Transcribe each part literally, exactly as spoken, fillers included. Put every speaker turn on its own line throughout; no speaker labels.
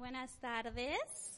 Buenas tardes.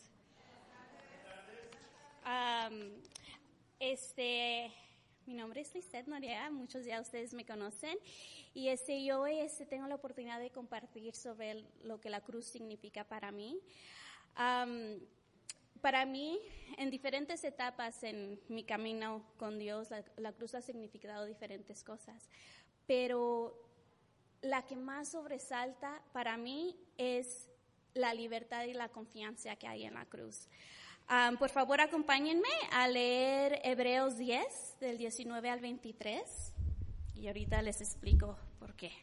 Um, este, mi nombre es Lisette Noriega, muchos de ustedes me conocen, y este, yo este, tengo la oportunidad de compartir sobre lo que la cruz significa para mí. Um, para mí, en diferentes etapas en mi camino con Dios, la, la cruz ha significado diferentes cosas, pero la que más sobresalta para mí es la libertad y la confianza que hay en la cruz. Um, por favor, acompáñenme a leer Hebreos diez, del diecinueve al veintitrés, y ahorita les explico por qué.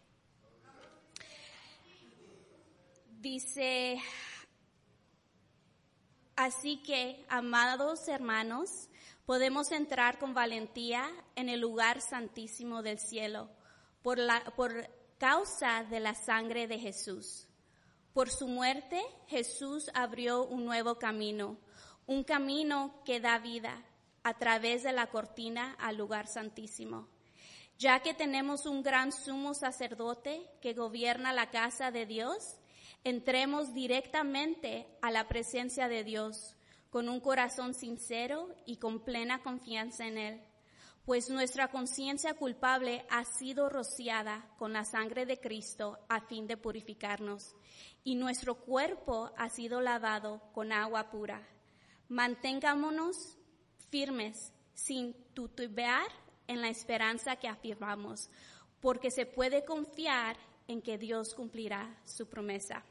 Dice, así que, amados hermanos, podemos entrar con valentía en el lugar santísimo del cielo por la, por causa de la sangre de Jesús. Por su muerte, Jesús abrió un nuevo camino, un camino que da vida a través de la cortina al lugar santísimo. Ya que tenemos un gran sumo sacerdote que gobierna la casa de Dios, entremos directamente a la presencia de Dios con un corazón sincero y con plena confianza en Él. Pues nuestra conciencia culpable ha sido rociada con la sangre de Cristo a fin de purificarnos, y nuestro cuerpo ha sido lavado con agua pura. Mantengámonos firmes, sin titubear en la esperanza que afirmamos, porque se puede confiar en que Dios cumplirá su promesa.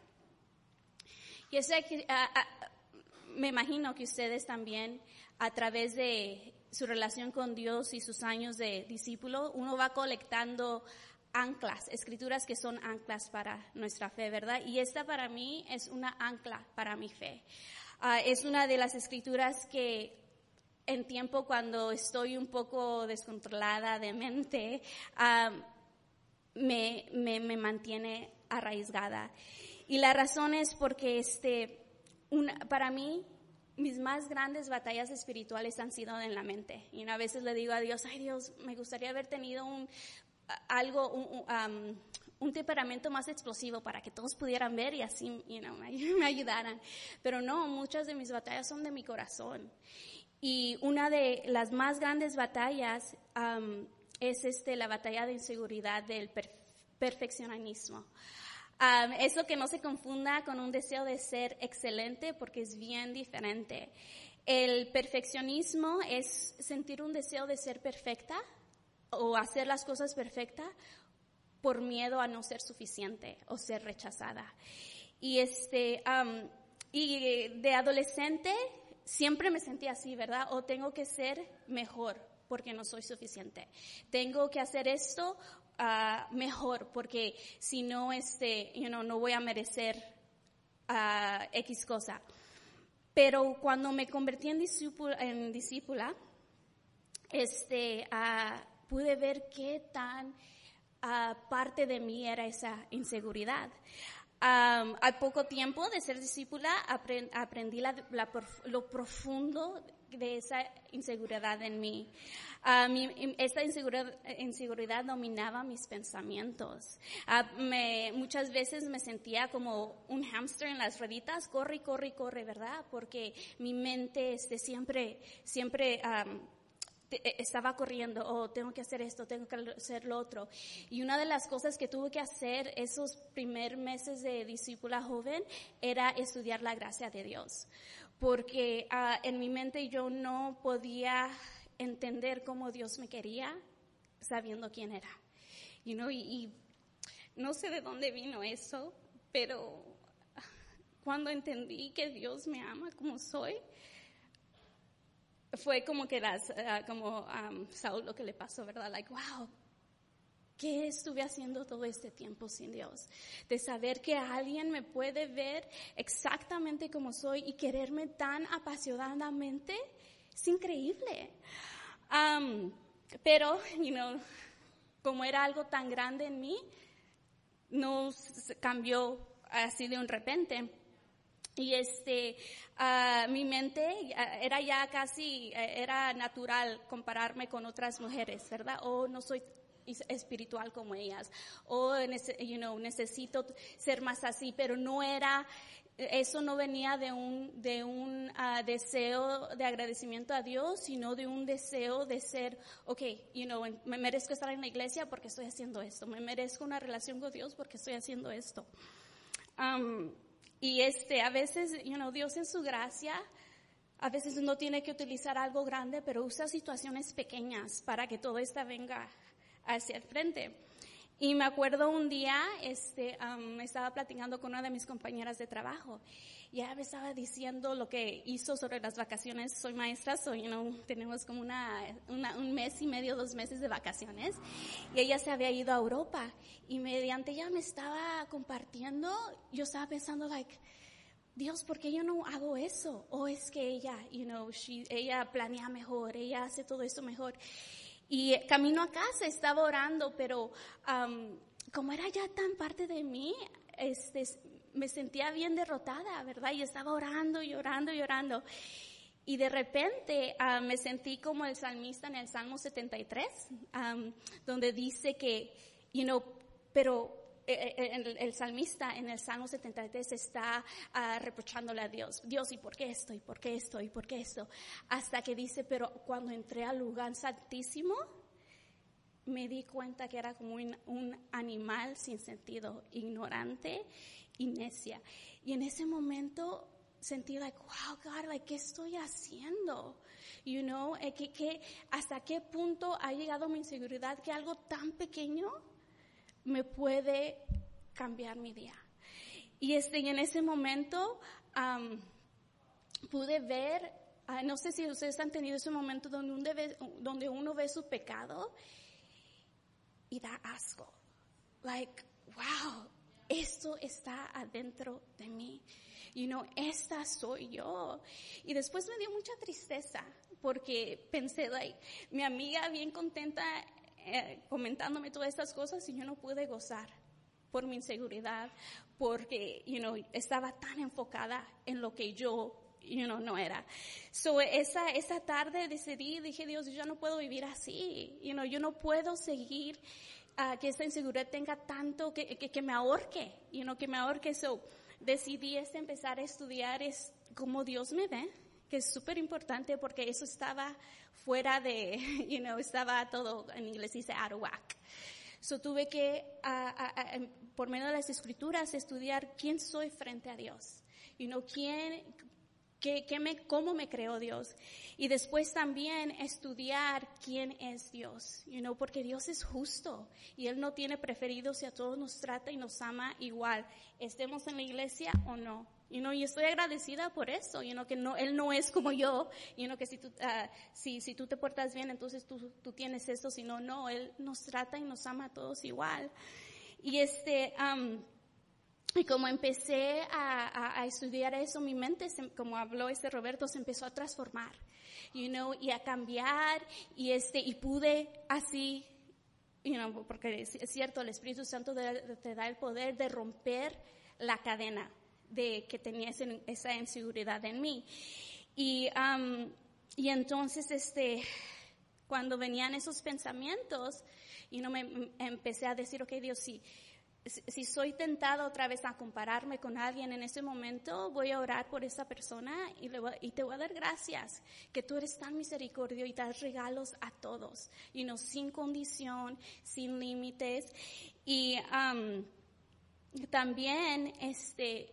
Y eso, uh, uh, me imagino que ustedes también, a través de su relación con Dios y sus años de discípulo, uno va colectando anclas, escrituras que son anclas para nuestra fe, ¿verdad? Y esta para mí es una ancla para mi fe. Uh, es una de las escrituras que en tiempo cuando estoy un poco descontrolada de mente, um, me, me, me mantiene arraigada. Y la razón es porque este, una, para mí, mis más grandes batallas espirituales han sido en la mente. Y a veces le digo a Dios, ay Dios, me gustaría haber tenido un, algo, un, um, un temperamento más explosivo para que todos pudieran ver y así you know, me ayudaran. Pero no, muchas de mis batallas son de mi corazón. Y una de las más grandes batallas um, es este, la batalla de inseguridad del per- perfeccionismo. Um, eso que no se confunda con un deseo de ser excelente, porque es bien diferente. El perfeccionismo es sentir un deseo de ser perfecta o hacer las cosas perfectas por miedo a no ser suficiente o ser rechazada. Y este um, y de adolescente siempre me sentí así, ¿verdad? O tengo que ser mejor porque no soy suficiente. Tengo que hacer esto Uh, mejor, porque si no, este, you know, no voy a merecer uh, X cosa. Pero cuando me convertí en discípula, en discípula este, uh, pude ver qué tan uh, parte de mí era esa inseguridad. Um, al poco tiempo de ser discípula aprend, aprendí la, la, lo profundo de esa inseguridad en mí. Uh, mi, esta inseguridad, inseguridad dominaba mis pensamientos. Uh, me, muchas veces me sentía como un hámster en las rueditas, corre, corre, corre, ¿verdad? Porque mi mente este, siempre, siempre um, te, estaba corriendo, oh, tengo que hacer esto, tengo que hacer lo otro. Y una de las cosas que tuve que hacer esos primeros meses de discípula joven era estudiar la gracia de Dios. Porque uh, en mi mente yo no podía entender cómo Dios me quería sabiendo quién era. You know, y, y no sé de dónde vino eso, pero cuando entendí que Dios me ama como soy, fue como que las, uh, como um, Saúl lo que le pasó, ¿verdad? Like, wow, ¿qué estuve haciendo todo este tiempo sin Dios? De saber que alguien me puede ver exactamente como soy y quererme tan apasionadamente, es increíble. Um, pero, you know, como era algo tan grande en mí, no cambió así de un repente. Y este, uh, mi mente uh, era ya casi, uh, era natural compararme con otras mujeres, ¿verdad? O no soy espiritual como ellas, o you know, necesito ser más así, pero no era eso no venía de un, de un uh, deseo de agradecimiento a Dios, sino de un deseo de ser, okay, you know, me merezco estar en la iglesia porque estoy haciendo esto, me merezco una relación con Dios porque estoy haciendo esto. Um, y este, a veces, you know, Dios en su gracia, a veces no tiene que utilizar algo grande, pero usa situaciones pequeñas para que todo esto venga hacia el frente. Y me acuerdo un día, este, um, estaba platicando con una de mis compañeras de trabajo y ella me estaba diciendo lo que hizo sobre las vacaciones. Soy maestra, so, you know, tenemos como una, una, un mes y medio, dos meses de vacaciones, y ella se había ido a Europa, y mediante ella me estaba compartiendo, yo estaba pensando, like, Dios, ¿por qué yo no hago eso? O es que ella, you know, she, ella planea mejor, ella hace todo eso mejor. Y camino a casa estaba orando, pero um, como era ya tan parte de mí, este, me sentía bien derrotada, ¿verdad? Y estaba orando y orando y orando. Y de repente uh, me sentí como el salmista en el Salmo setenta y tres, um, donde dice que, you know, pero el, el salmista en el Salmo setenta y tres está uh, reprochándole a Dios. Dios, ¿y por qué esto? ¿Y por qué esto? ¿Y por qué esto? Hasta que dice, pero cuando entré al lugar santísimo, me di cuenta que era como un, un animal sin sentido, ignorante y necia. Y en ese momento sentí, like, wow, God, like, ¿qué estoy haciendo? You know, eh, que, que hasta qué punto ha llegado mi inseguridad que algo tan pequeño me puede cambiar mi día. Y este, y en ese momento um, pude ver, uh, no sé si ustedes han tenido ese momento donde, un debe, donde uno ve su pecado y da asco. Like, wow, esto está adentro de mí. You know, esta soy yo. Y después me dio mucha tristeza porque pensé, like, mi amiga bien contenta Eh, comentándome todas estas cosas, y yo no pude gozar por mi inseguridad, porque, you know, estaba tan enfocada en lo que yo, you know, no era. So, esa, esa tarde decidí, dije, Dios, yo no puedo vivir así, you know, yo no puedo seguir uh, que esta inseguridad tenga tanto que, que, que me ahorque, you know, que me ahorque. So, decidí este empezar a estudiar es cómo Dios me ve, que es súper importante porque eso estaba fuera de, you know, estaba todo, en inglés dice out of whack. So tuve que, uh, uh, uh, por medio de las escrituras, estudiar quién soy frente a Dios. You know, quién, qué, qué me, cómo me creó Dios. Y después también estudiar quién es Dios. You know, porque Dios es justo y Él no tiene preferidos y a todos nos trata y nos ama igual, estemos en la iglesia o no. You know, y estoy agradecida por eso, you know, que no, Él no es como yo, you know, que si tú, uh, si, si tú te portas bien, entonces tú, tú tienes eso, sino no, Él nos trata y nos ama a todos igual. Y este, um, y como empecé a, a, a estudiar eso, mi mente, se, como habló este Roberto, se empezó a transformar, you know, y a cambiar, y este, y pude así, you know, porque es, es cierto, el Espíritu Santo te, te da el poder de romper la cadena de que tenía ese, esa inseguridad en mí. Y, um, y entonces, este, cuando venían esos pensamientos, y you know, me, me empecé a decir, ok, Dios, si, si soy tentada otra vez a compararme con alguien en ese momento, voy a orar por esa persona y, le voy, y te voy a dar gracias, que tú eres tan misericordioso y das regalos a todos, y you know, sin condición, sin límites. Y um, también, este,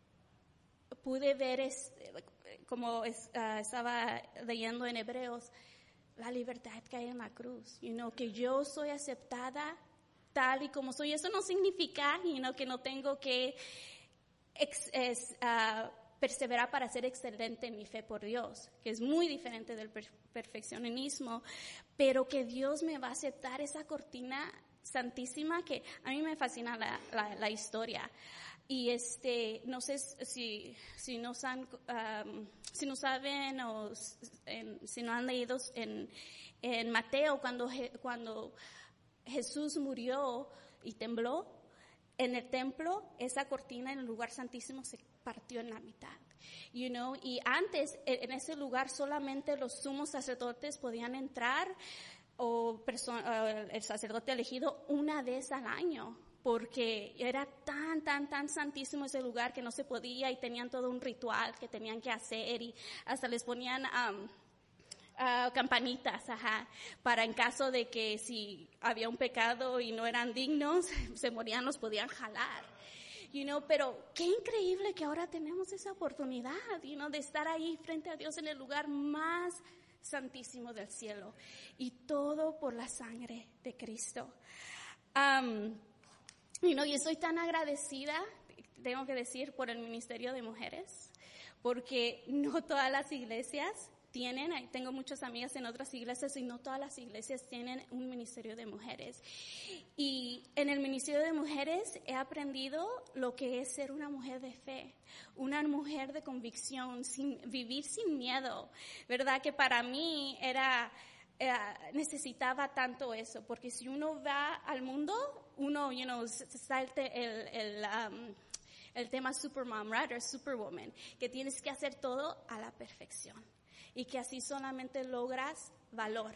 pude ver, este, como es, uh, estaba leyendo en Hebreos, la libertad que hay en la cruz, you know, que yo soy aceptada tal y como soy. Eso no significa, you know, que no tengo que ex, es, uh, perseverar para ser excelente en mi fe por Dios, que es muy diferente del per- perfeccionismo, pero que Dios me va a aceptar esa cortina santísima, que a mí me fascina la, la, la historia. Y este, no sé si, si nos han, um, si no saben o en, si no han leído en, en Mateo, cuando, cuando Jesús murió y tembló en el templo, esa cortina en el lugar santísimo se partió en la mitad. You know, y antes en ese lugar solamente los sumos sacerdotes podían entrar, o perso- uh, el sacerdote elegido una vez al año. porque era tan, tan, tan santísimo ese lugar que no se podía, y tenían todo un ritual que tenían que hacer, y hasta les ponían um, uh, campanitas, ajá, para en caso de que si había un pecado y no eran dignos, se morían, los podían jalar. You know, pero qué increíble que ahora tenemos esa oportunidad, you know, de estar ahí frente a Dios en el lugar más santísimo del cielo, y todo por la sangre de Cristo. Um, you know, yo estoy tan agradecida, tengo que decir, por el Ministerio de Mujeres, porque no todas las iglesias tienen, tengo muchas amigas en otras iglesias, y no todas las iglesias tienen un ministerio de mujeres. Y en el ministerio de mujeres he aprendido lo que es ser una mujer de fe, una mujer de convicción, sin, vivir sin miedo, ¿verdad? Que para mí era, era, necesitaba tanto eso, porque si uno va al mundo, uno, you know, salte el, el, um, el tema Supermom, right? O Superwoman, que tienes que hacer todo a la perfección, y que así solamente logras valor.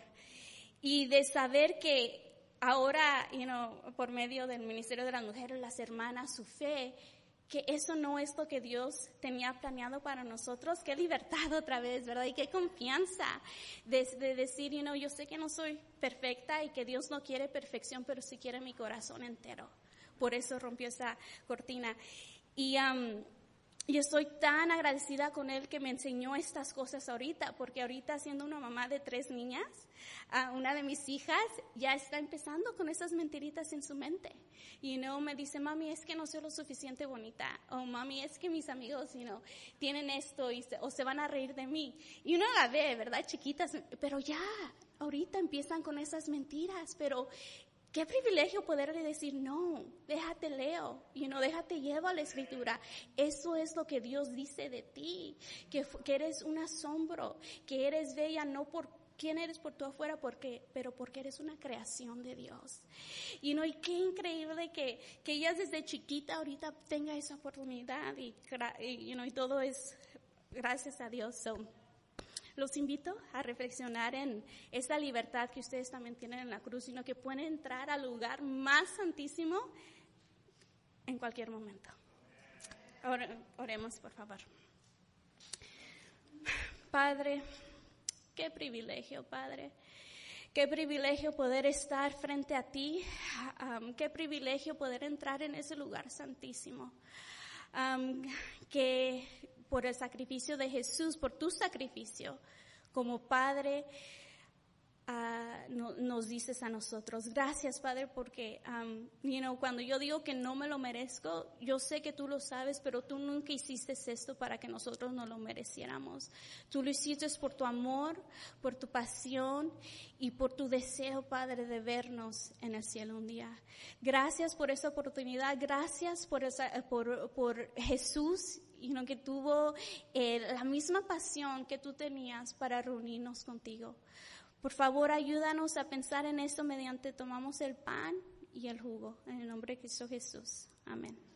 Y de saber que ahora, you know, por medio del Ministerio de las Mujeres, las hermanas, su fe, que eso no es lo que Dios tenía planeado para nosotros. Qué libertad otra vez, ¿verdad? Y qué confianza de, de decir, you know, yo sé que no soy perfecta y que Dios no quiere perfección, pero sí quiere mi corazón entero. Por eso rompió esa cortina. Y um, yo estoy tan agradecida con Él que me enseñó estas cosas ahorita, porque ahorita, siendo una mamá de tres niñas, uh, una de mis hijas ya está empezando con esas mentiritas en su mente. Y you know, me dice, mami, es que no soy lo suficiente bonita, o mami, es que mis amigos, you know, tienen esto, y se, o se van a reír de mí. Y uno la ve, ¿verdad? Chiquitas, pero ya, ahorita empiezan con esas mentiras, pero qué privilegio poderle decir, no, déjate leo, you know, déjate llevo a la escritura. Eso es lo que Dios dice de ti, que, que eres un asombro, que eres bella no por quién eres por tu afuera, porque, pero porque eres una creación de Dios. You know, y qué increíble que, que ella desde chiquita ahorita tenga esa oportunidad, y, y, you know, y todo es gracias a Dios. So, los invito a reflexionar en esta libertad que ustedes también tienen en la cruz, sino que pueden entrar al lugar más santísimo en cualquier momento. Oremos, por favor. Padre, qué privilegio, Padre. Qué privilegio poder estar frente a ti. Um, qué privilegio poder entrar en ese lugar santísimo. Um, que por el sacrificio de Jesús, por tu sacrificio, como Padre, uh, no, nos dices a nosotros. Gracias, Padre, porque, um, you know, cuando yo digo que no me lo merezco, yo sé que tú lo sabes, pero tú nunca hiciste esto para que nosotros no lo mereciéramos. Tú lo hiciste por tu amor, por tu pasión y por tu deseo, Padre, de vernos en el cielo un día. Gracias por esa oportunidad, gracias por esa, por, por Jesús, y no que tuvo eh, la misma pasión que tú tenías para reunirnos contigo. Por favor, ayúdanos a pensar en esto mediante tomamos el pan y el jugo. En el nombre de Cristo Jesús. Amén.